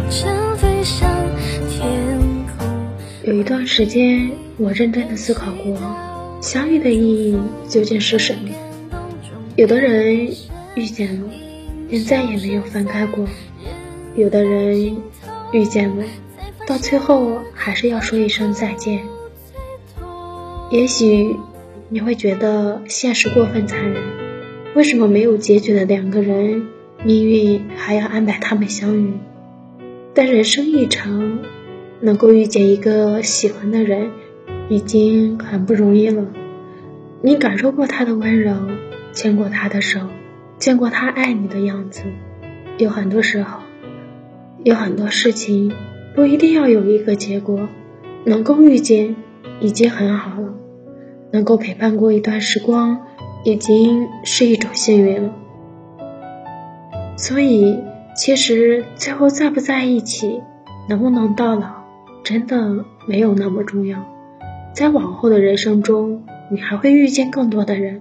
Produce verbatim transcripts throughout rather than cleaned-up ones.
有一段时间，我认真的思考过，相遇的意义究竟是什么？有的人遇见了，便再也没有分开过；有的人遇见了，到最后还是要说一声再见。也许你会觉得现实过分残忍，为什么没有结局的两个人，命运还要安排他们相遇？但人生一场，能够遇见一个喜欢的人已经很不容易了。你感受过他的温柔，牵过他的手，见过他爱你的样子。有很多时候，有很多事情不一定要有一个结果，能够遇见已经很好了，能够陪伴过一段时光已经是一种幸运了。所以其实最后在不在一起，能不能到老，真的没有那么重要。在往后的人生中，你还会遇见更多的人。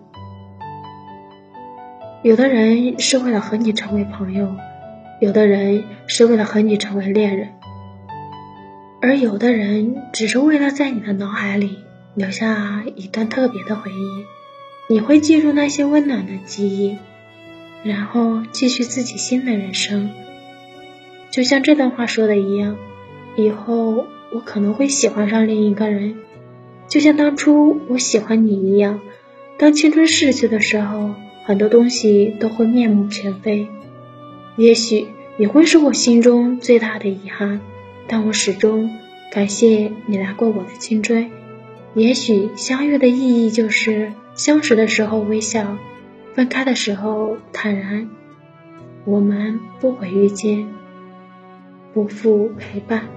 有的人是为了和你成为朋友，有的人是为了和你成为恋人，而有的人只是为了在你的脑海里留下一段特别的回忆。你会记住那些温暖的记忆，然后继续自己新的人生。就像这段话说的一样，以后我可能会喜欢上另一个人，就像当初我喜欢你一样。当青春逝去的时候，很多东西都会面目全非。也许你会是我心中最大的遗憾，但我始终感谢你来过我的青春。也许相遇的意义就是相识的时候微笑，分开的时候坦然。我们不会遇见，不负陪伴。